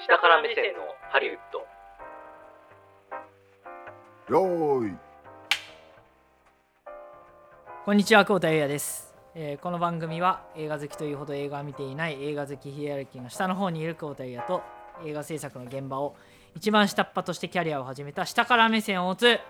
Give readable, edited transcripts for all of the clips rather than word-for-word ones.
下から目線のハリウッド。 よーい。 こんにちは、久保田裕也です。この番組は映画好きというほど映画を見ていない映画好きヒエラルキーの下の方にいる久保田裕也と、映画制作の現場を一番下っ端としてキャリアを始めた下から目線を持つ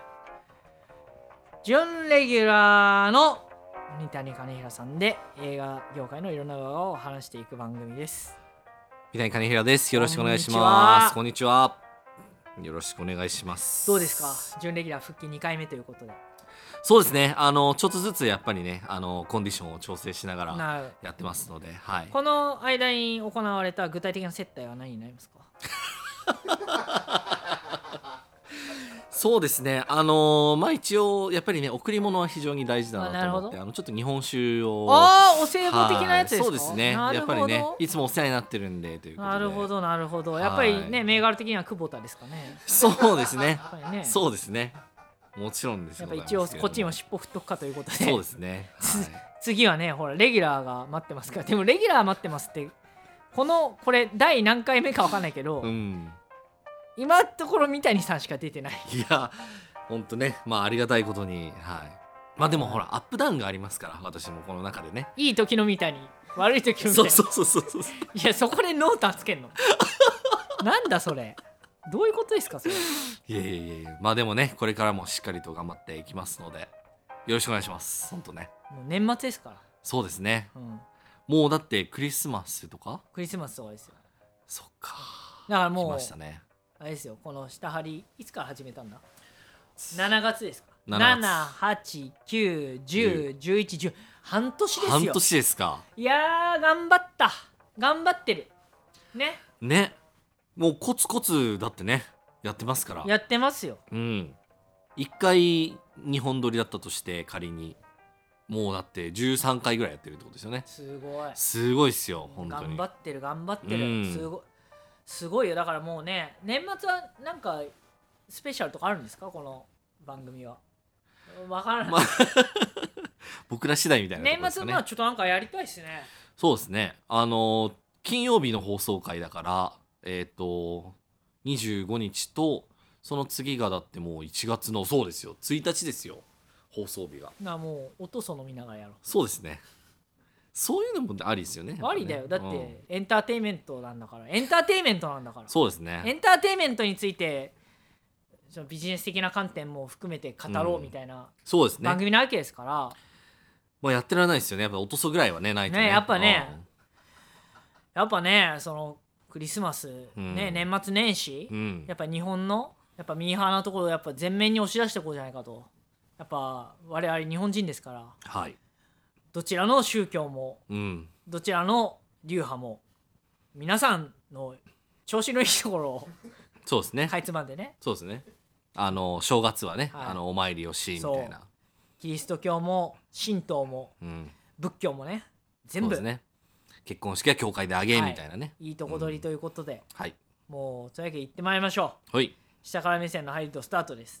準レギュラーの三谷兼平さんで、映画業界のいろんなことを話していく番組です。 三谷兼平です。よろしくお願いします。こんにちは。よろしくお願いします。 どうですか、準レギュラー復帰2回目ということで。 そうですね、ちょっとずつやっぱりね、コンディションを調整しながらやってますので、はい、 この間に行われた具体的な接待は何になりますか？ そうですね、一応やっぱりね、贈り物は非常に大事だなと思って、ちょっと日本酒をお歳暮的なやつですか？ そうですね、やっぱりね、いつもお世話になってるんでということで。 なるほど、やっぱりね、銘柄的には久保田ですかね。 そうですねね、 そうですね、もちろんです。 やっぱ一応こっちにも尻尾振っとくかということで。 そうですね、 次はね、ほらレギュラーが待ってますから。でもレギュラー待ってますってこれ第何回目か分かんないけど、今のところ三谷さんしか出てない。 いやほんとね、ありがたいことに、でもほらアップダウンがありますから、私もこの中でね、 いい時の三谷、悪い時の三谷。 そういや、そこで濃淡つけんのなんだそれ、どういうことですかそれ。 いやでもね、これからもしっかりと頑張っていきますので、よろしくお願いします。ほんとね、 もう年末ですから。 そうですね、もうだってクリスマスとかですよ。 そっか、 だからもう来ましたね。 あれですよ、この下張りいつから始めたんだ。7月ですか。 7 8、9、10、11、10、半年ですよ。 半年ですか。 いやー、頑張ってるね。 もうコツコツだってね、やってますから。 やってますよ。 1回2本撮りだったとして仮に、もうだって13回ぐらいやってるってことですよね。すごいっすよ、本当に。 頑張ってる、すごいよ。だからもうね、年末はなんかスペシャルとかあるんですか、この番組は。わからない、 僕ら次第みたいなところですかね。 年末はちょっとなんかやりたいですね。 そうですね、金曜日の放送回だから25日と、その次がだってもう1月の、そうですよ、1日ですよ、放送日が。もう音その見ながらやろう。 そうですね、そういうのもありですよね。 ありだよ、だってエンターテインメントなんだから。 そうですね、 エンターテインメントについてそのビジネス的な観点も含めて語ろうみたいな、 そうですね、 番組なわけですから、 やってられないですよね、やっぱ落とすぐらいはね、ないとね。 やっぱね、そのクリスマス、年末年始、やっぱ日本のやっぱミーハーなところをやっぱ前面に押し出していこうじゃないかと。やっぱ我々日本人ですから、どちらの宗教も、どちらの流派も皆さんの調子のいいところをそうですね、 かいつまんでね。 そうですね、正月はね、お参りをしみたいな。 キリスト教も神道も、仏教もね、全部、 そうですね、結婚式は教会であげみたいなね、 いいとこ取りということで、 はい、 もうというわけで行ってまいりましょう。下から目線のハリウッドスタートです。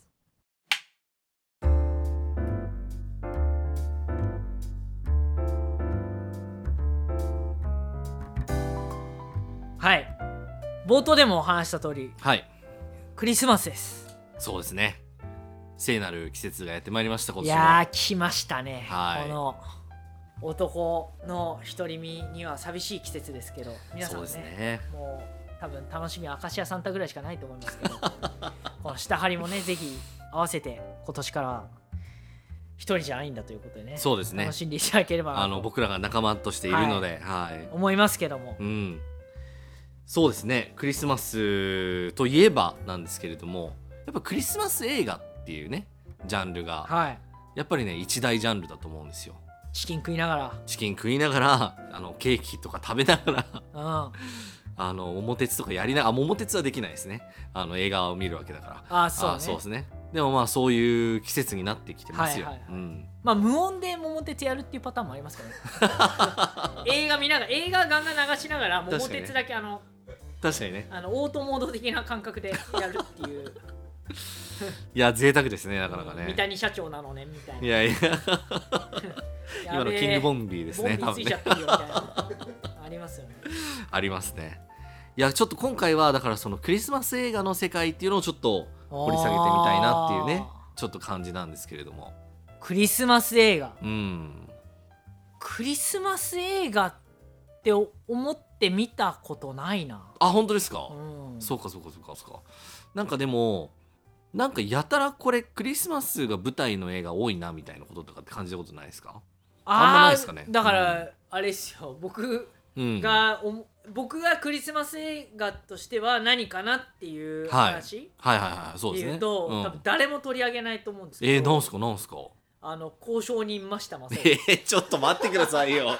はい、冒頭でも話した通り、クリスマスです。 そうですね、聖なる季節がやってまいりました。今年もいやー、来ましたね、この男の独り身には寂しい季節ですけど、皆さん ねもう多分楽しみは明石家サンタぐらいしかないと思いますけどこの下張りもね、ぜひ合わせて今年から一人じゃないんだということでね、 そうですね、 楽しんでいただければなと、 僕らが仲間としているので、 思いますけども、 そうですね、クリスマスといえばなんですけれども、やっぱクリスマス映画っていうねジャンルが、やっぱりね一大ジャンルだと思うんですよ。 チキン食いながらケーキとか食べながら桃鉄とかやりながら、桃鉄はできないですね、映画を見るわけだから。そうですね、でもそういう季節になってきてますよ。 無音で桃鉄やるっていうパターンもありますからね映画見ながら、映画ガンガン流しながら桃鉄だけ確かにね、 オートモード的な感覚でやるっていういや贅沢ですね、なかなかね。 三谷社長なのねみたいな。 いや今のキングボンビーですね。 ボンビーついちゃってるよみたいなありますよね。 ありますね。 いやちょっと今回はだからそのクリスマス映画の世界っていうのをちょっと掘り下げてみたいなっていうねちょっと感じなんですけれども。 クリスマス映画、 うんクリスマス映画って思って見たことないな。 あ、本当ですか、 うん、 そうかなんかでもなんかやたらこれクリスマスが舞台の映画多いなみたいなこととかって感じたことないですか？あんまないですかね。 だから、あれですよ、僕がクリスマス映画としては何かなっていう話、 はいそうですね。 と、多分誰も取り上げないと思うんですけど。 なんすか交渉人ましたちょっと待ってくださいよ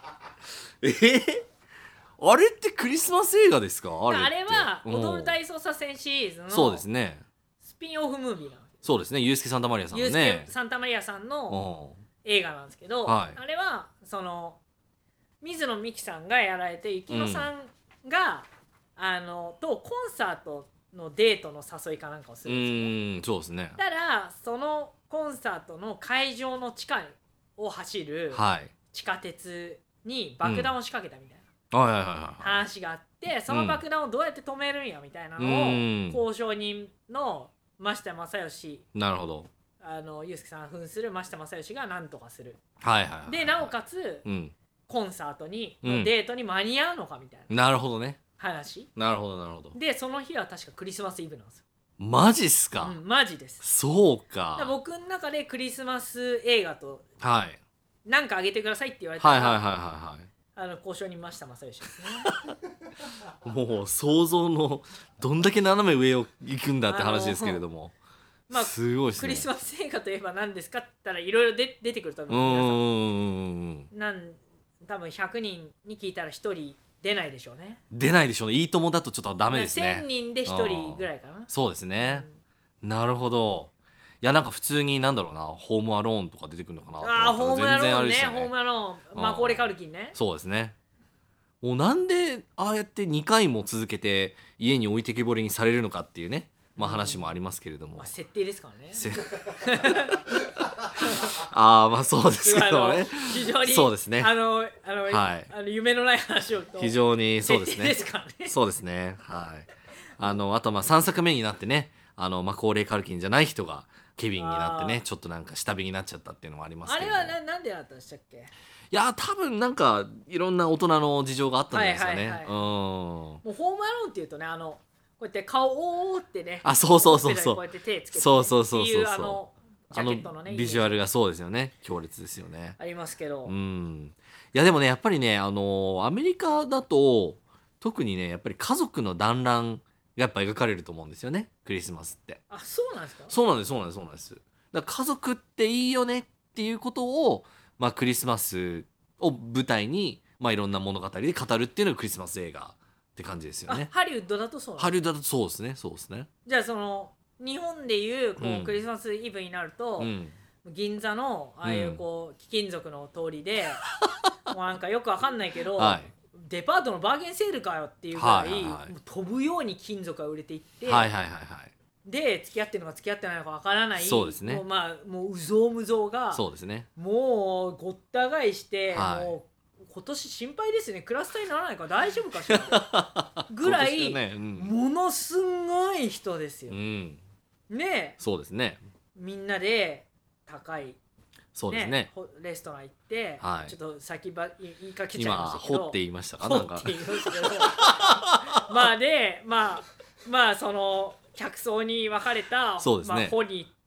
あれってクリスマス映画ですか？ あれは踊る大捜査線シリーズのそうですねスピンオフムービーなんです。 そうですね、ユースケ・サンタマリアさんのね、 ユースケ・サンタマリアさんの映画なんですけど、あれはその水野美紀さんがやられて、ゆきのさんが、とコンサートのデートの誘いかなんかをするんですよ。 そうですね。 ただそのコンサートの会場の地下を走る地下鉄に爆弾を仕掛けたみたいな話があって、その爆弾をどうやって止めるんやみたいなのを交渉人の増田正義、 なるほど、 ユースケさんが扮する増田正義が何とかする。 でなおかつ、コンサートに、デートに間に合うのかみたいな。 なるほどね。 話。 なるほど。 でその日は確かクリスマスイブなんですよ。 マジっすか？ マジです。 そうか。 僕の中でクリスマス映画となんかあげてくださいって言われたら、交渉に増田正義ですねもう想像のどんだけ斜め上を行くんだって話ですけれども、すごいですね。 クリスマス映画といえば何ですかって言ったらいろいろ出てくると思う。皆さん多分100人に聞いたら1人出ないでしょうね。 出ないでしょうね。いいともだとちょっとダメですね。 1000人で1人ぐらいかな。 そうですね、なるほど。いやなんか普通になんだろうな、ホームアローンとか出てくるのかな。 ホームアローンね。ホームアローン、マコーレー・カルキンね。 そうですね。もうなんでああやって2回も続けて家に置いてけぼりにされるのかっていうね、話もありますけれども、 設定ですからね。 そうですけどね。 非常にそうですね。 夢のない話を非常にそうですね。 ですからね。 そうですね。あと3作目になってね、マコーレー・カルキンじゃない人がケビンになってね、ちょっとなんか下火になっちゃったっていうのもありますけど。 あれはなんでだったんでしたっけ？ いや多分なんかいろんな大人の事情があったんですよね。 もうホームアローンっていうとね、こうやって顔をってね、 そうこうやって手つけてそうジャケットのねビジュアルがそうですよね、強烈ですよね。 ありますけど、 いやでもねやっぱりねアメリカだと特にねやっぱり家族の団らんがやっぱ描かれると思うんですよね、クリスマスって。 そうなんですか？ そうなんです。だから家族っていいよねっていうことをクリスマスを舞台にいろんな物語で語るっていうのがクリスマス映画って感じですよね。 ハリウッドだとそうなんですか？ ハリウッドだとそうですね。じゃあその日本でいうクリスマスイブになると、銀座のああいう貴金属の通りで、もうなんかよくわかんないけど、デパートのバーゲンセールかよっていうぐらい、飛ぶように金属が売れていって、で付き合ってるのか付き合ってないのかわからない、 そうですね。 もううぞうむぞうが、 そうですね。 もうごった返して、もう今年心配ですね。クラスターにならないから大丈夫かしらぐらい、ものすごい人ですよ。ね。 そうですね。 みんなで高いそうですね、 レストラン行って、ちょっと先言いかけちゃいましたけど、 今ほって言いましたか？ ほって言いましたけどその客層に分かれたそうですね、 ホに行って、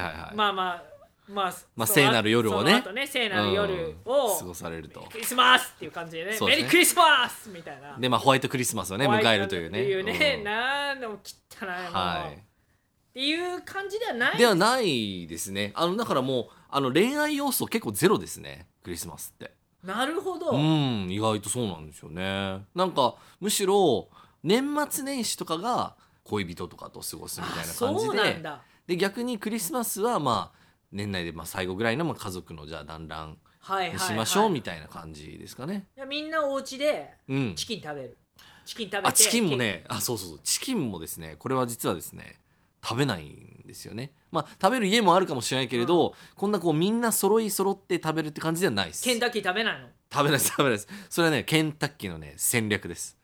聖なる夜をね、 聖なる夜を過ごされると、 クリスマスっていう感じでね、メリークリスマスみたいなで、ホワイトクリスマスをね迎えるというね、 なんでも汚いもうっていう感じではないですね。だからもう恋愛要素結構ゼロですね、クリスマスって。 なるほど。 意外とそうなんですよね。なんかむしろ年末年始とかが恋人とかと過ごすみたいな感じで、で逆にクリスマスは年内で最後ぐらいの家族のじゃあ団らんにしましょうみたいな感じですかね。 みんなお家でチキン食べる、チキンもね、そうチキンもですね、これは実はですね食べないんですよね。食べる家もあるかもしれないけれど、こんなみんな揃って食べるって感じではないです。 ケンタッキー食べないの？ 食べないです。それはねケンタッキーのね戦略です。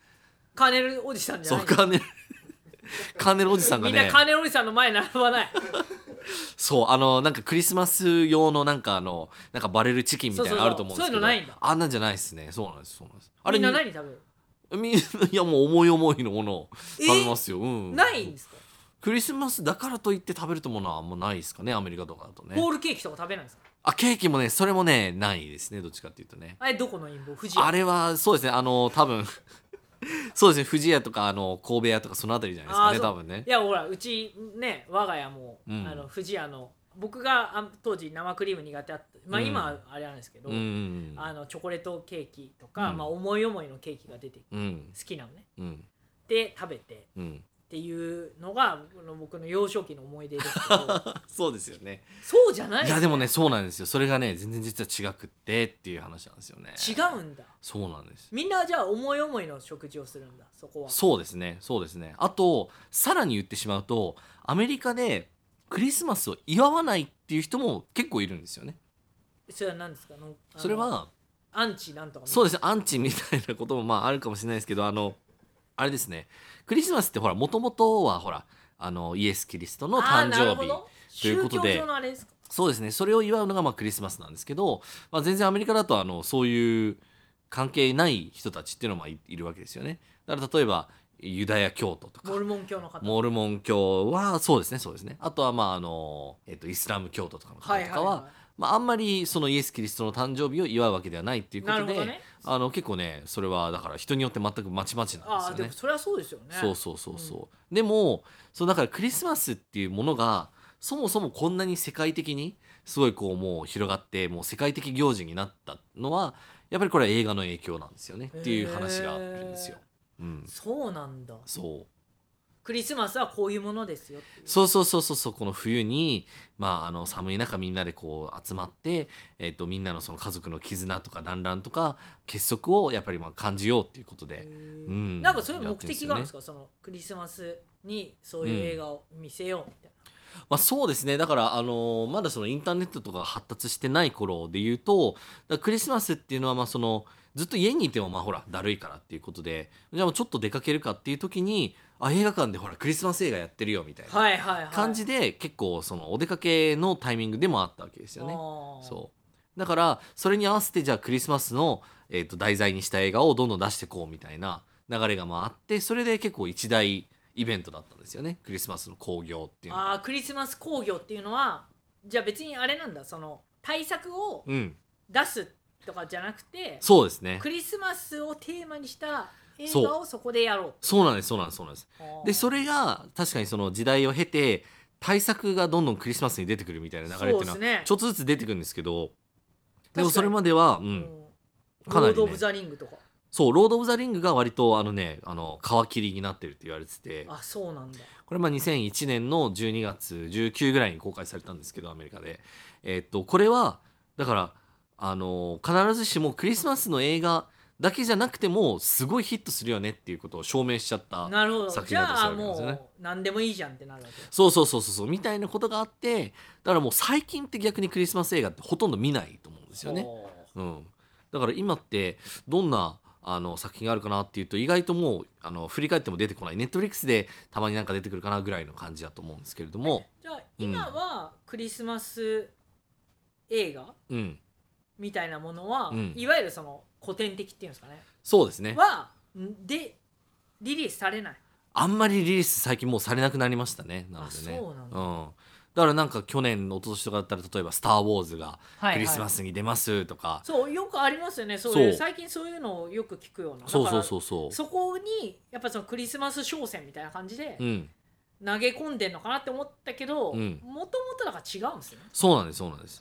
カーネルおじさんじゃない。 そうカーネルおじさんがね、 みんなカーネルおじさんの前に並ばない。 そうなんかクリスマス用のなんかなんかバレルチキンみたいなのあると思うんですけど、 そういうのないんだ。 あんなんじゃないですね。そうなんです。 あれみんな何食べる？ いやもう思い思いのものを食べますよ。 ないんですか？ クリスマスだからといって食べるとものはあんまないですかね、アメリカとかだとね。 ホールケーキとか食べないんですか？ ケーキもね、それもねないですね、どっちかっていうとね。 あれどこの陰謀？富士屋？ あれはそうですね、多分そうですね、富士屋とか神戸屋とかそのあたりじゃないですかね、多分ね。 いやほらうちね、我が家も、富士屋の僕が当時生クリーム苦手だった、今はあれなんですけど、チョコレートケーキとか、思い思いのケーキが出て、好きなのね、で食べて、っていうのが僕の幼少期の思い出ですけどそうですよね。 そうじゃない？ いやでもね、そうなんですよ。それがね全然実は違くってっていう話なんですよね。 違うんだ。 そうなんです。 みんなじゃあ思い思いの食事をするんだ、そこは。 そうですね。あとさらに言ってしまうと、アメリカでクリスマスを祝わないっていう人も結構いるんですよね。 それは何ですか？ それはアンチなんとか。 そうですね、アンチみたいなこともあるかもしれないですけど、あれですね、クリスマスってほらもともとはほらイエス・キリストの誕生日ということで、そうですね、それを祝うのがクリスマスなんですけど、全然アメリカだとそういう関係ない人たちっていうのもいるわけですよね。だから例えばユダヤ教徒とかモルモン教の方、 モルモン教はそうですね。あとはイスラム教徒とかの方とかは、あんまりそのイエス・キリストの誕生日を祝うわけではないっていうことで、ね、結構ねそれはだから人によって全くまちまちなんですよね。 でもそれはそうですよね。 そう、でもだからクリスマスっていうものがそもそもこんなに世界的にすごいこうもう広がってもう世界的行事になったのはやっぱりこれは映画の影響なんですよねっていう話があるんですよ。 そうなんだ。 そう、 クリスマスはこういうものですよっていう。 そうこの冬に、寒い中みんなでこう集まって、みんなのその家族の絆とか団らんとか結束をやっぱり感じようっていうことで、 なんかそういう目的があるんですか、そのクリスマスにそういう映画を見せようみたいな。 そうですね、だからまだそのインターネットとか発達してない頃で言うと、クリスマスっていうのはそのずっと家にいてもほらだるいからっていうことで、じゃあもうちょっと出かけるかっていう時に映画館でほらクリスマス映画やってるよみたいな感じで、結構そのお出かけのタイミングでもあったわけですよね。そうだからそれに合わせてじゃあクリスマスの、題材にした映画をどんどん出していこうみたいな流れがあって、それで結構一大イベントだったんですよね、クリスマスの興行っていうのは。 クリスマス興行っていうのはじゃあ別にあれなんだ、その対策を出すとかじゃなくて、 そうですね、 クリスマスをテーマにした映画をそこでやろう。 そうなんです。でそれが確かにその時代を経て対策がどんどんクリスマスに出てくるみたいな流れっていうのはちょっとずつ出てくるんですけど、でもそれまでは、かなりね、 ロード・オブ・ザ・リングとか。 そうロード・オブ・ザ・リングが割と皮切りになってるって言われてて、 そうなんだ。 これ2001年の12月19ぐらいに公開されたんですけど、アメリカでこれはだから必ずしもクリスマスの映画だけじゃなくてもすごいヒットするよねっていうことを証明しちゃった作品だとするわけですよね。じゃあもう何でもいいじゃんってなるわけ。 そうみたいなことがあって、だからもう最近って逆にクリスマス映画ってほとんど見ないと思うんですよね。だから今ってどんな作品があるかなっていうと、意外ともう振り返っても出てこない、ネットフリックスでたまになんか出てくるかなぐらいの感じだと思うんですけれども、 じゃあ今はクリスマス映画、みたいなものは、いわゆるその古典的っていうんですかね、 そうですね、 でリリースされない。 あんまりリリース最近もうされなくなりましたね。なのでね、 そうなんだ。 だからなんか去年の一昨年とかだったら、例えば「スター・ウォーズ」がクリスマスに出ますとか、 そうよくありますよね。そういう最近そういうのをよく聞くような。そこにやっぱそのクリスマス商戦みたいな感じで投げ込んでんのかなって思ったけど、もともとだから違うんですよね。 そうなんです。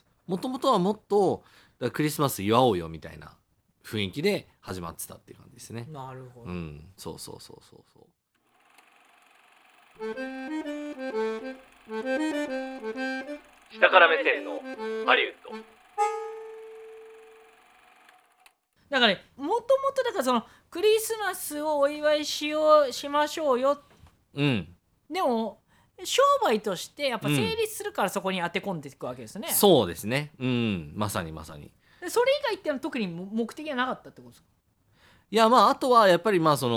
もともとはもっとクリスマス祝おうよみたいな雰囲気で始まってたっていう感じですね。 なるほど。 そう下から目線のハリウッド。 だからね、もともとだからそのクリスマスをお祝いしましょうよ、でも商売としてやっぱ成立するからそこに当て込んでいくわけですね。 そうですね、まさにそれ以外ってのは特に目的はなかったってことですか？ いやあとはやっぱりその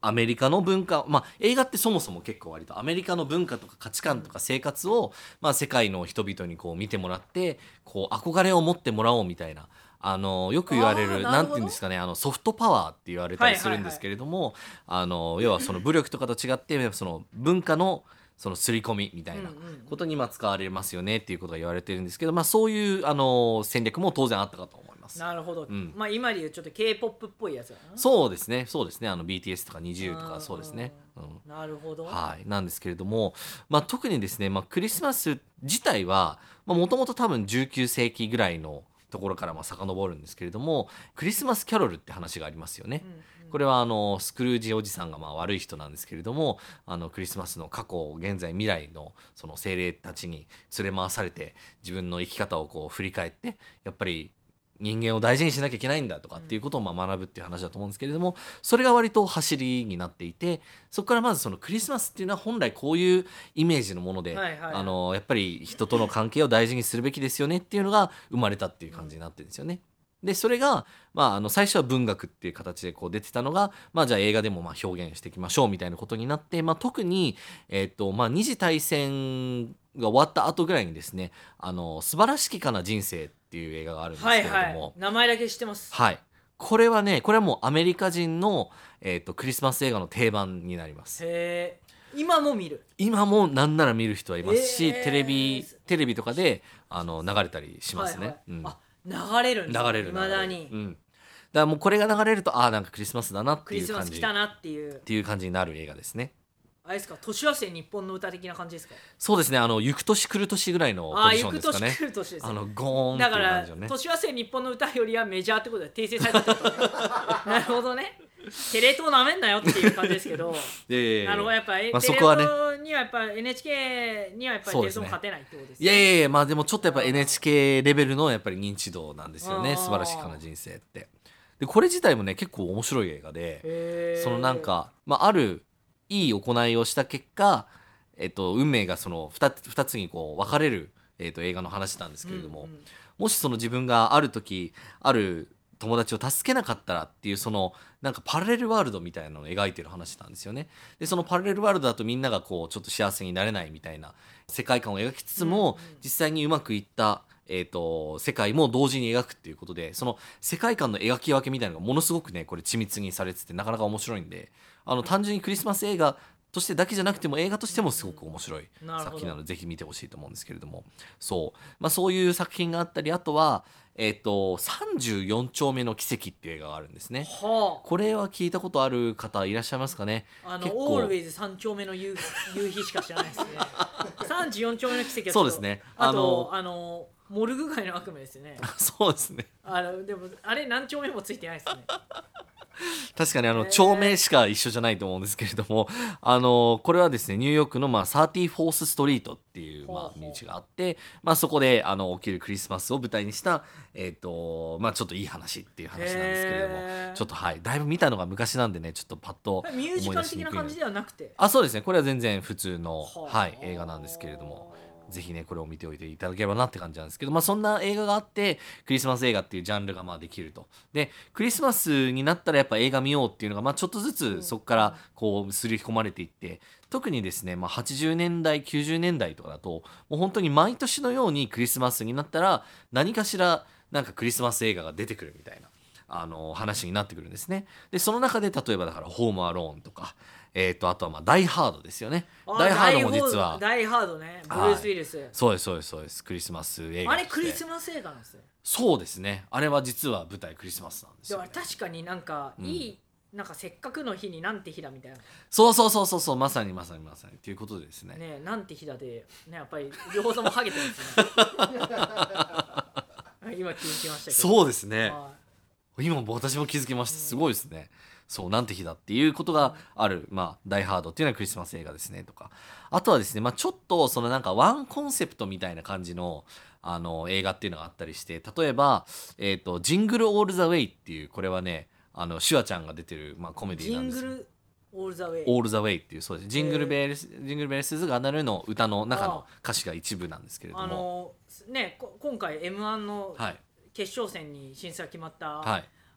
アメリカの文化、映画ってそもそも結構割とアメリカの文化とか価値観とか生活を、世界の人々にこう見てもらってこう憧れを持ってもらおうみたいなよく言われるなんていうんですかねソフトパワーって言われたりするんですけれども、要はその武力とかと違ってその文化のその刷り込みみたいなことに使われますよねっていうことが言われてるんですけど、そういう戦略も当然あったかと思います。 なるほど、今でいうちょっと K-POP っぽいやつだな。 そうですねBTS とか NiziU とかそうですね、 なるほど、 なんですけれども、特にですね、クリスマス自体はもともと多分19世紀ぐらいのところから遡るんですけれども、クリスマスキャロルって話がありますよね。これはスクルージおじさんが悪い人なんですけれども、クリスマスの過去現在未来のその精霊たちに連れ回されて自分の生き方をこう振り返ってやっぱり人間を大事にしなきゃいけないんだとかっていうことを学ぶっていう話だと思うんですけれども、それが割と走りになっていて、そこからまずそのクリスマスっていうのは本来こういうイメージのもので、やっぱり人との関係を大事にするべきですよねっていうのが生まれたっていう感じになってるんですよね。でそれが、最初は文学っていう形でこう出てたのが、じゃあ映画でも表現していきましょうみたいなことになって、特に、二次大戦が終わった後ぐらいにですね素晴らしきかな人生っていう映画があるんですけれども、 名前だけ知ってます。 これはもうアメリカ人の、クリスマス映画の定番になります。 今も見る。 今もなんなら見る人はいますし、テレビとかで流れたりしますね。 流れるんですね、未だに。 だからもうこれが流れるとなんかクリスマスだなっていう感じ、 クリスマス来たなっていう感じになる映画ですね。 あれですか、年忘れ日本の歌的な感じですか。 そうですね、行く年来る年ぐらいのポジションですかね。 行く年来る年ですね。 ゴーンっていう感じのね。 だから年忘れ日本の歌よりはメジャーってことで訂正されたってことね。なるほどね。テレ東なめんなよっていう感じですけど、やっぱりテレ東にはやっぱ NHK にはやっぱりテレ東も勝てないってことですね。 いやでもちょっとやっぱ NHK レベルのやっぱり認知度なんですよね、素晴らしきかな人生って。でこれ自体もね結構面白い映画で、そのなんかあるいい行いをした結果、運命がその 2つにこう分かれる、映画の話なんですけれども、もしその自分がある時ある友達を助けなかったらっていうそのなんかパラレルワールドみたいなのを描いてる話なんですよね。でそのパラレルワールドだとみんながこうちょっと幸せになれないみたいな世界観を描きつつも、実際にうまくいった世界も同時に描くっていうことで、その世界観の描き分けみたいなのがものすごくねこれ緻密にされててなかなか面白いんで、単純にクリスマス映画としてだけじゃなくても映画としてもすごく面白い作品なのでぜひ見てほしいと思うんですけれども、そういう作品があったり、あとは34丁目の奇跡っていう映画があるんですね。これは聞いたことある方いらっしゃいますかね。 オールウェイズ3丁目の夕日しか知らないですね。34丁目の奇跡はそうですね。 あとモルグ街の悪夢ですよね。 そうですね。 でもあれ何丁目もついてないですね。 確かに町名しか一緒じゃないと思うんですけれども、これはですねニューヨークの34thストリートっていう道があって、そこで起きるクリスマスを舞台にしたちょっといい話っていう話なんですけれども、ちょっとだいぶ見たのが昔なんでねちょっとパッとミュージカル的な感じではなくて、 そうですね、これは全然普通の映画なんですけれども、ぜひねこれを見ておいていただければなって感じなんですけど、そんな映画があってクリスマス映画っていうジャンルができると。でクリスマスになったらやっぱ映画見ようっていうのがちょっとずつそこからこう刷り込まれていって、特にですね、80年代90年代とかだともう本当に毎年のようにクリスマスになったら何かしらなんかクリスマス映画が出てくるみたいな話になってくるんですね。でその中で例えばだからホームアローンとか、あとはダイハードですよね。ダイハードも実はダイハードね、ブルース・ウィリス。 そうですクリスマス映画。 あれクリスマス映画なんですね。 そうですね、あれは実は舞台クリスマスなんですよ、ね。 確かになんかいい、なんかせっかくの日になんて日だみたいな。 そうまさにっていうことでですね。 ね、なんて日だでね、やっぱり両方ともハゲてますね。今気づきましたけど。 そうですね。今私も気づきました。すごいですね。そうなんて日だっていうことがある、ダイハードっていうのはクリスマス映画ですねとか、あとはですね、ちょっとそのなんかワンコンセプトみたいな感じの映画っていうのがあったりして、例えばジングルオールザウェイっていう、これはねシュワちゃんが出てるコメディなんです。 ジングルオールザウェイ。 オールザウェイっていう、そうです。ジングルベルスズが鳴るの歌の中の歌詞が一部なんですけれども、 今回 M1 の決勝戦に進出が決まった、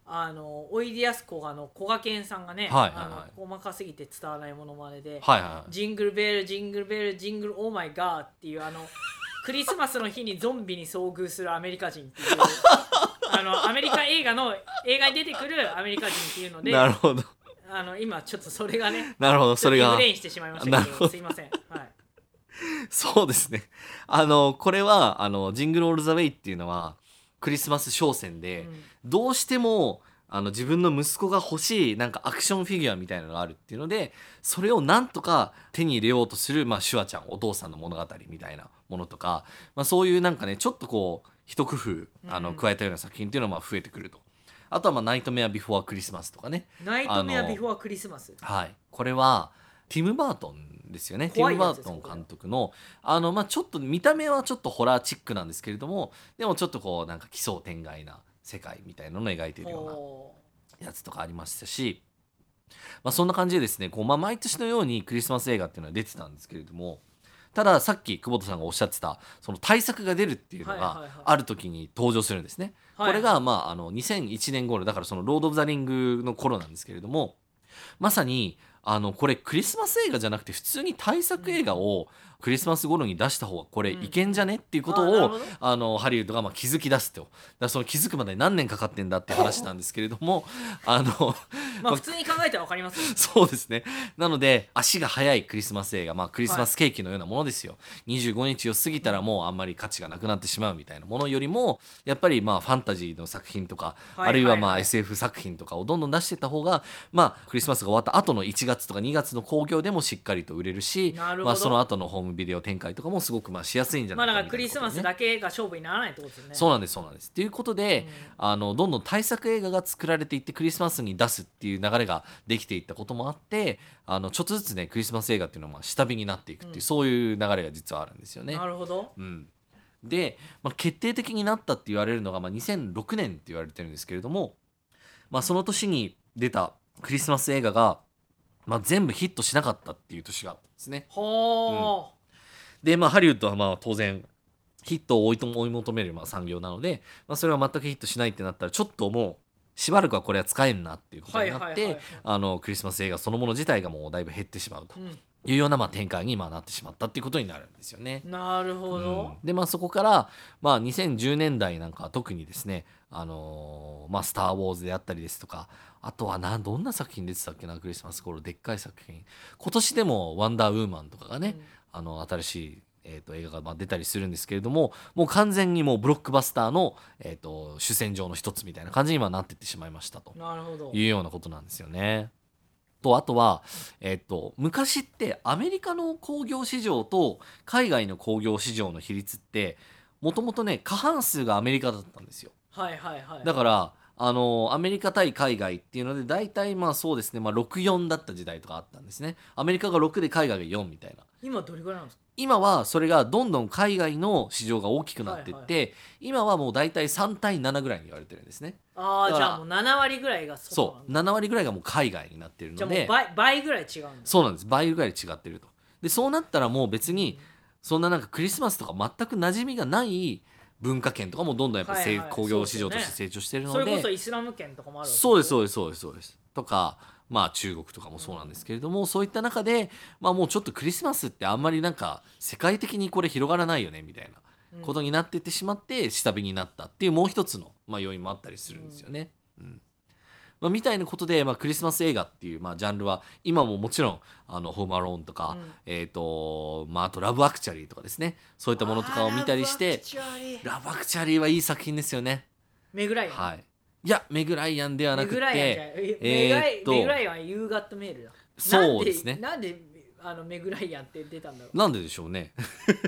おいでやすこがのこがけんさんがね、 はいはいはい、 細かすぎて伝わらないものまねで、 はいはいはい、 ジングルベルジングルベルジングルオーマイガーっていうクリスマスの日にゾンビに遭遇するアメリカ人っていうアメリカ映画に出てくるアメリカ人っていうので、 なるほど、 今ちょっとそれがね、 なるほど、それがブレインしてしまいましたけど、すいません。はい。 そうですね。これはジングルオールザウェイっていうのはクリスマス商戦で、どうしても自分の息子が欲しいなんかアクションフィギュアみたいなのがあるっていうので、それをなんとか手に入れようとする、シュワちゃんお父さんの物語みたいなものとか、そういうなんかねちょっとこう一工夫加えたような作品っていうのが増えてくると。あとはナイトメアビフォークリスマスとかね。 ナイトメアビフォークリスマス。 はい。これはティム・バートンですよね。ティム・バートン監督のちょっと見た目はちょっとホラーチックなんですけれども、でもちょっとこうなんか奇想天外な世界みたいなのを描いているようなやつとかありましたし、そんな感じでですね、こう毎年のようにクリスマス映画っていうのは出てたんですけれども、たださっき久保田さんがおっしゃってたその大作が出るっていうのがある時に登場するんですね。これが2001年頃だから、そのロード・オブ・ザ・リングの頃なんですけれども、まさにこれクリスマス映画じゃなくて普通に大作映画をクリスマス頃に出した方がこれいけんじゃねっていうことを、ハリウッドが気づき出すと。だからその気づくまで何年かかってんだって話なんですけれども普通に考えたら分かりますよね。 そうですね。なので足が速いクリスマス映画、クリスマスケーキのようなものですよ。25日を過ぎたらもうあんまり価値がなくなってしまうみたいなものよりも、やっぱりファンタジーの作品とか、あるいはSF 作品とかをどんどん出していった方が、クリスマスが終わった後の1月とか2月の興行でもしっかりと売れるし、その後のホームビデオ展開とかもすごくしやすいんじゃないかみたいな、 だからクリスマスだけが勝負にならないってことですね。 そうなんです、そうなんです。ということで、どんどん大作映画が作られていってクリスマスに出すっていう流れができていったこともあって、ちょっとずつねクリスマス映画っていうのは下火になっていくっていう、そういう流れが実はあるんですよね。 なるほど。 で、決定的になったって言われるのが、2006年って言われてるんですけれども、その年に出たクリスマス映画が、全部ヒットしなかったっていう年があったんですね。で、ハリウッドは当然ヒットを追い求める産業なので、それは全くヒットしないってなったら、ちょっともうしばらくはこれは使えんなっていうことになって、クリスマス映画そのもの自体がもうだいぶ減ってしまうというような展開になってしまったっていうことになるんですよね。 なるほど。 でそこから2010年代なんかは特にですね、スター・ウォーズであったりですとか、あとはどんな作品出てたっけな、クリスマス頃でっかい作品、今年でもワンダーウーマンとかがね、新しい映画が出たりするんですけれども、もう完全にもうブロックバスターの、主戦場の一つみたいな感じに今なっていってしまいましたというようなことなんですよね。とあとは、昔ってアメリカの興行市場と海外の興行市場の比率ってもともとね過半数がアメリカだったんですよ。だからアメリカ対海外っていうので大体そうですね、64だった時代とかあったんですね。アメリカが6で海外が4みたいな。 今どれぐらいなんですか？ 今はそれがどんどん海外の市場が大きくなっていって、今はもう大体3対7ぐらいに言われてるんですね。 じゃあもう7割ぐらいがそう7割ぐらいがもう海外になってるので、 じゃあもう倍ぐらい違うんです。 そうなんです、倍ぐらい違ってると。でそうなったらもう別にそんなクリスマスとか全く馴染みがない文化圏とかもどんどんやっぱ興行市場として成長してるので、 それこそイスラム圏とかもあるわけです。 そうですとか中国とかもそうなんですけれども、そういった中でもうちょっとクリスマスってあんまり世界的にこれ広がらないよねみたいなことになっていってしまって下火になったっていうもう一つの要因もあったりするんですよね。みたいなことで、クリスマス映画っていう、ジャンルは今ももちろんホームアローンとか、あとラブアクチャリーとかですね、そういったものとかを見たりして、ラブアクチャリーはいい作品ですよね。 メグライアン、 はい、いやメグライアンではなくてメグライアンはユーガットメールだ。 そうですね。 なんでメグライアンって出たんだろう。 なんででしょうね。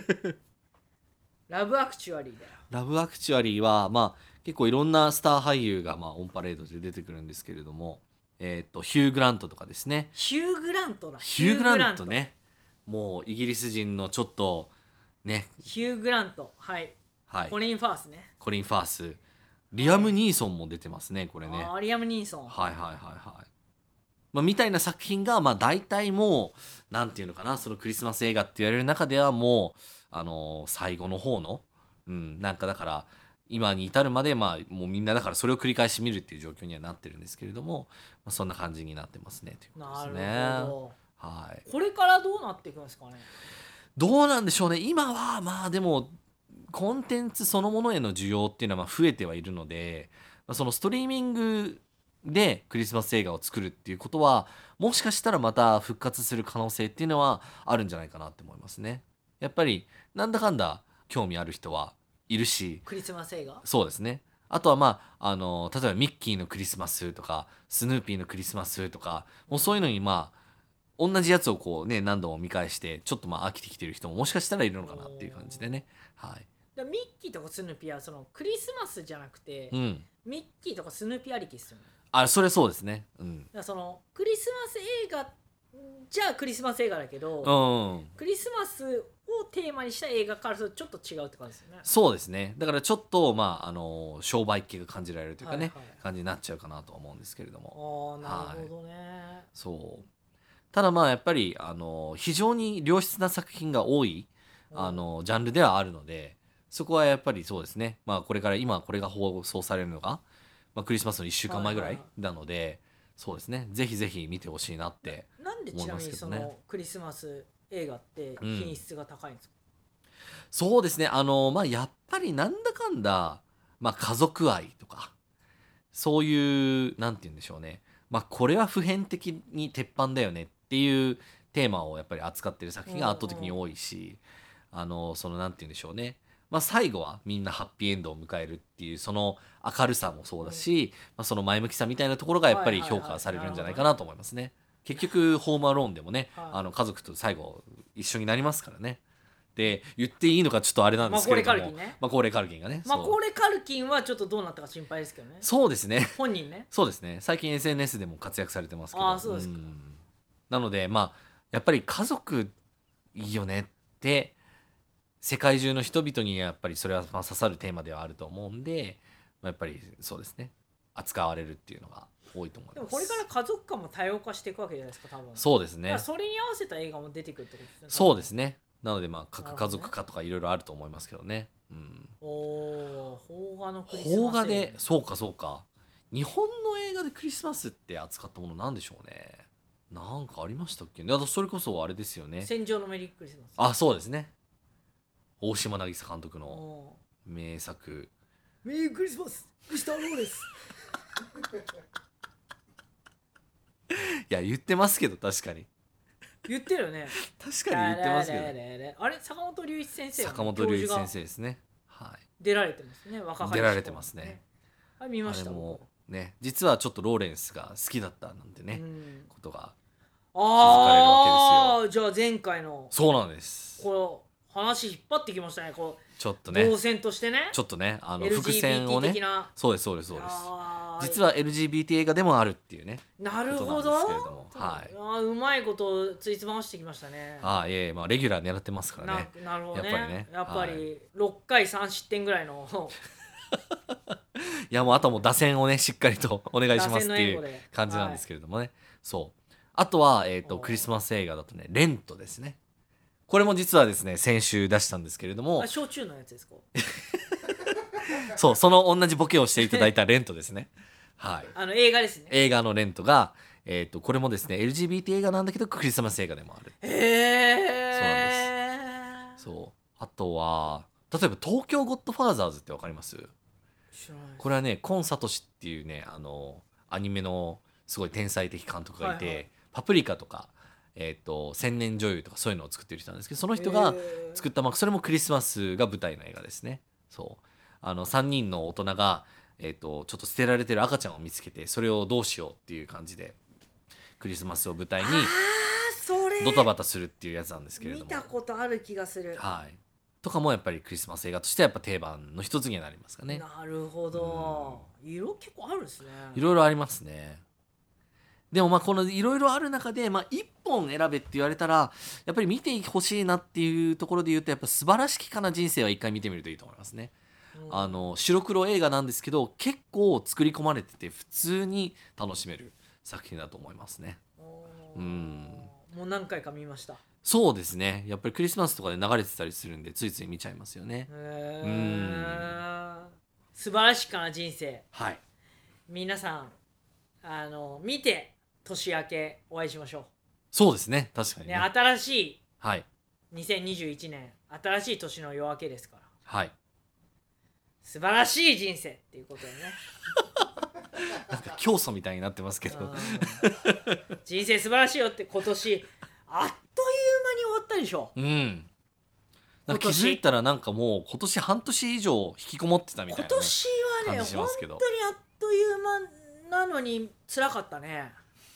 ラブアクチュアリーだよ。 ラブアクチュアリーは結構いろんなスター俳優がオンパレードで出てくるんですけれども、ヒュー・グラントとかですね。 ヒュー・グラントだ。 ヒュー・グラントね、もうイギリス人のちょっとね、 ヒュー・グラント、はい、コリン・ファースね。 コリン・ファース、リアム・ニーソンも出てますね、これね。 リアム・ニーソン、 みたいな作品が大体もうなんていうのかな、そのクリスマス映画って言われる中ではもう最後の方の、だから今に至るまで、もうみんなだからそれを繰り返し見るっていう状況にはなってるんですけれども、そんな感じになってますねということですね。 なるほど、 はい、 これからどうなっていくんですかね。 どうなんでしょうね。今はでもコンテンツそのものへの需要っていうのは増えてはいるので、そのストリーミングでクリスマス映画を作るっていうことはもしかしたらまた復活する可能性っていうのはあるんじゃないかなって思いますね。やっぱりなんだかんだ興味ある人はいるし、 クリスマス映画、 そうですね。あとは例えばミッキーのクリスマスとかスヌーピーのクリスマスとか、もうそういうのに同じやつをこうね何度も見返してちょっと飽きてきてる人ももしかしたらいるのかなっていう感じでね。はい。 ミッキーとかスヌーピーはそのクリスマスじゃなくて、 うん、 ミッキーとかスヌーピーありきっすよね。 それそうですね。うん。 だからそのクリスマス映画じゃあクリスマス映画だけど、 うん、 クリスマスをテーマにした映画からするとちょっと違うって感じですよね。 そうですね。だからちょっと商売系が感じられるというかね、 はいはい、 感じになっちゃうかなと思うんですけれども。 なるほどね。 はい、そう。ただやっぱり非常に良質な作品が多いジャンルではあるので、そこはやっぱりそうですね。これから今これが放送されるのが、クリスマスの1週間前ぐらいなので、そうですね。ぜひぜひ見てほしいなってなんでちなみにそのクリスマス映画って品質が高いんですか。 そうですね。やっぱりなんだかんだ、家族愛とかそういうなんて言うんでしょうね。これは普遍的に鉄板だよねっていうテーマをやっぱり扱ってる作品が圧倒的に多いし、そのなんて言うんでしょうね。最後はみんなハッピーエンドを迎えるっていうその明るさもそうだし、その前向きさみたいなところがやっぱり評価されるんじゃないかなと思いますね。結局ホームアローンでもね、家族と最後一緒になりますからね。で言っていいのかちょっとあれなんですけれども、マコーレー・カルキンがね、 マコーレー・カルキンはちょっとどうなったか心配ですけどね。 そうですね、 本人ね。 そうですね。最近 SNS でも活躍されてますけど、 そうですか。 なのでやっぱり家族いいよねって世界中の人々にやっぱりそれは刺さるテーマではあると思うんで、やっぱりそうですね、扱われるっていうのが多いと思います。 でもこれから家族化も多様化していくわけじゃないですか、多分。 そうですね。 それに合わせた映画も出てくるってことですね。 そうですね。なので核家族化とかいろいろあると思いますけどね。 邦画のクリスマス。 邦画でそうか。日本の映画でクリスマスって扱ったものなんでしょうね。なんかありましたっけね。それこそあれですよね。 戦場のメリークリスマス。 そうですね。大島渚監督の名作。 メリークリスマスミスター・ローレス。 いや言ってますけど確かに。 言ってるよね。 確かに言ってますけど。 あれ坂本龍一先生、 坂本龍一先生ですね。はい。 出られてますね。若出られてますね。 見ました。 もね、実はちょっとローレンスが好きだったなんてね、ことが気づかれるわけですよ。じゃあ前回のそうなんです。 この話引っ張ってきましたね。 ちょっとね。 動線としてね。 ちょっとね伏線をね。そうです。実は LGBT 映画でもあるっていうね。 なるほど。はい。うまいことついつましてきましたね。 レギュラー狙ってますからね。 なるほどね。 やっぱり 6回3失点ぐらいの。 いやあとはもう打線をねしっかりとお願いしますっていう感じなんですけれどもね。そう。あとはクリスマス映画だとねレントですね。これも実はですね先週出したんですけれども。 焼酎のやつですか。 そう、その同じボケをしていただいたレントですね。はい。 映画ですね。 映画のレントがこれもですね LGBT 映画なんだけどクリスマス映画でもある。そうなんです。そう。あとは例えば東京ゴッドファーザーズってわかります？これはねコン・サトシっていうねアニメのすごい天才的監督がいて、パプリカとか千年女優とかそういうのを作ってる人なんですけど、その人が作ったそれもクリスマスが舞台の映画ですね。そう3人の大人がちょっと捨てられてる赤ちゃんを見つけてそれをどうしようっていう感じでクリスマスを舞台にドタバタするっていうやつなんですけれども、 見たことある気がする。 はいとかもやっぱりクリスマス映画としてはやっぱ定番の一つにはなりますかね。 なるほど。色結構あるんですね。 いろいろありますね。でもこのいろいろある中で一本選べって言われたらやっぱり見てほしいなっていうところで言うとやっぱ素晴らしきかな人生は一回見てみるといいと思いますね。白黒映画なんですけど結構作り込まれてて普通に楽しめる作品だと思いますね。 もう何回か見ました。 そうですね。やっぱりクリスマスとかで流れてたりするんでついつい見ちゃいますよね。 素晴らしかな人生、 はい、 皆さん見て年明けお会いしましょう。 そうですね、確かに ね新しい、 はい、 2021年新しい年の夜明けですから、 はい、 素晴らしい人生っていうことでねなんか教祖みたいになってますけど人生素晴らしいよって今年あっという間に終わったでしょ。 なんか気づいたらなんかもう今年半年以上引きこもってたみたいな、ね、 今年はね本当にあっという間なのに辛かったね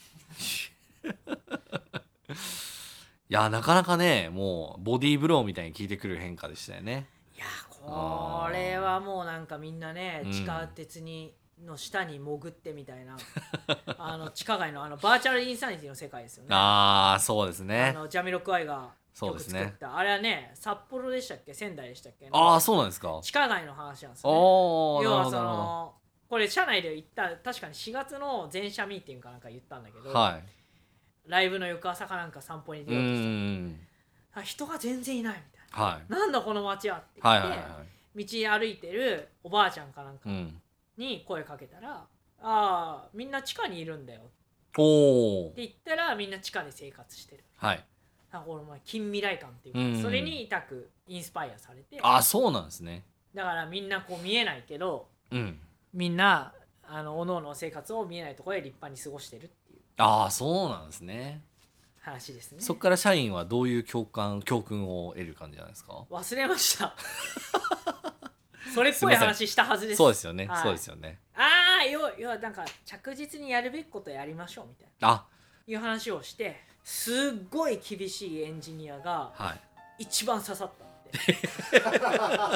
いやなかなかねもうボディーブローみたいに効いてくる変化でしたよね。 いやこれはもうなんかみんなね地下鉄の下に潜ってみたいな地下街のバーチャルインサニティの世界ですよね。 ああそうですね。 ジャミロクワイが曲作った、ね、あれはね札幌でしたっけ仙台でしたっけ。 ああそうなんですか。 地下街の話なんですね。要はこれ社内で言った確かに4月の全社ミーティングかなんか言ったんだけど、 はい、ライブの翌朝かなんか散歩に出ようとした人が全然いないみたいな、はい、なんだこの街はって言って、道歩いてるおばあちゃんかなんかに声かけたら、ああみんな地下にいるんだよって言ったらみんな地下で生活してる、はい、なんかこの近未来感っていうか、それに痛くインスパイアされて、 あそうなんですね。 だからみんなこう見えないけど、みんなおのおの生活を見えないところで立派に過ごしてるっていう。 ああそうなんですね。 話ですね。 そこから社員はどういう教訓を得る感じなんですか。 忘れましたそれっぽい話したはずです。 そうですよね、はい、そうですよね。 ああ要はなんか着実にやるべきことやりましょうみたいないう話をして、すっごい厳しいエンジニアが一番刺さったんで、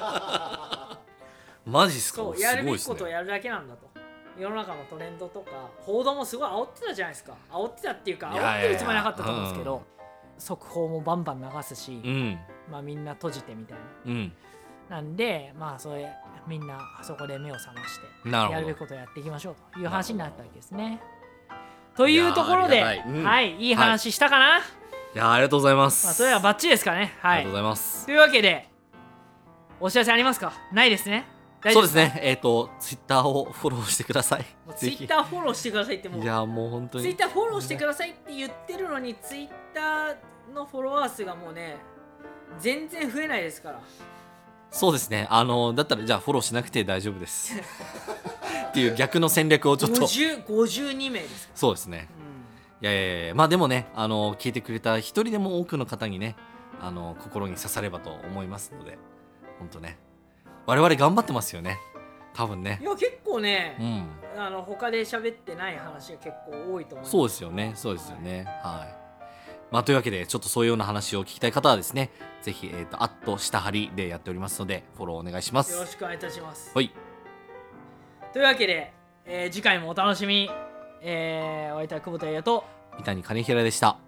マジっすか。 そうやるべきことをやるだけなんだと。世の中のトレンドとか報道もすごい煽ってたじゃないですか。煽ってたっていうか煽ってるつもりなかったと思うんですけど、速報もバンバン流すし、まあみんな閉じてみたいな、なんでまあそれみんなそこで目を覚ましてやるべきことをやっていきましょうという話になったわけですね。というところでいい話したかな。 いやありがとうございます。 まあそれはバッチリですかね。 ありがとうございます。 というわけでお知らせありますか。ないですね。 そうですね。ツイッターをフォローしてください。 ツイッターフォローしてくださいってもう。 いやもう本当に。 ツイッターフォローしてくださいって言ってるのに、ツイッターのフォロワー数がもうね全然増えないですから。 そうですね。だったらじゃあフォローしなくて大丈夫ですっていう逆の戦略をちょっと。 52名です。 そうですね。いやまあでもね聞いてくれた一人でも多くの方にね心に刺さればと思いますので、本当ね。我々頑張ってますよね多分ね。 いや結構ね、他で喋ってない話が結構多いと思う。 そうですよねそうですよね。はい、まあ、というわけでちょっとそういうような話を聞きたい方はですね、ぜひ下張りでやっておりますのでフォローお願いします。 よろしくお願いいたします。 はい。 というわけで、次回もお楽しみに。お相手は久保田優也と三谷兼平でした。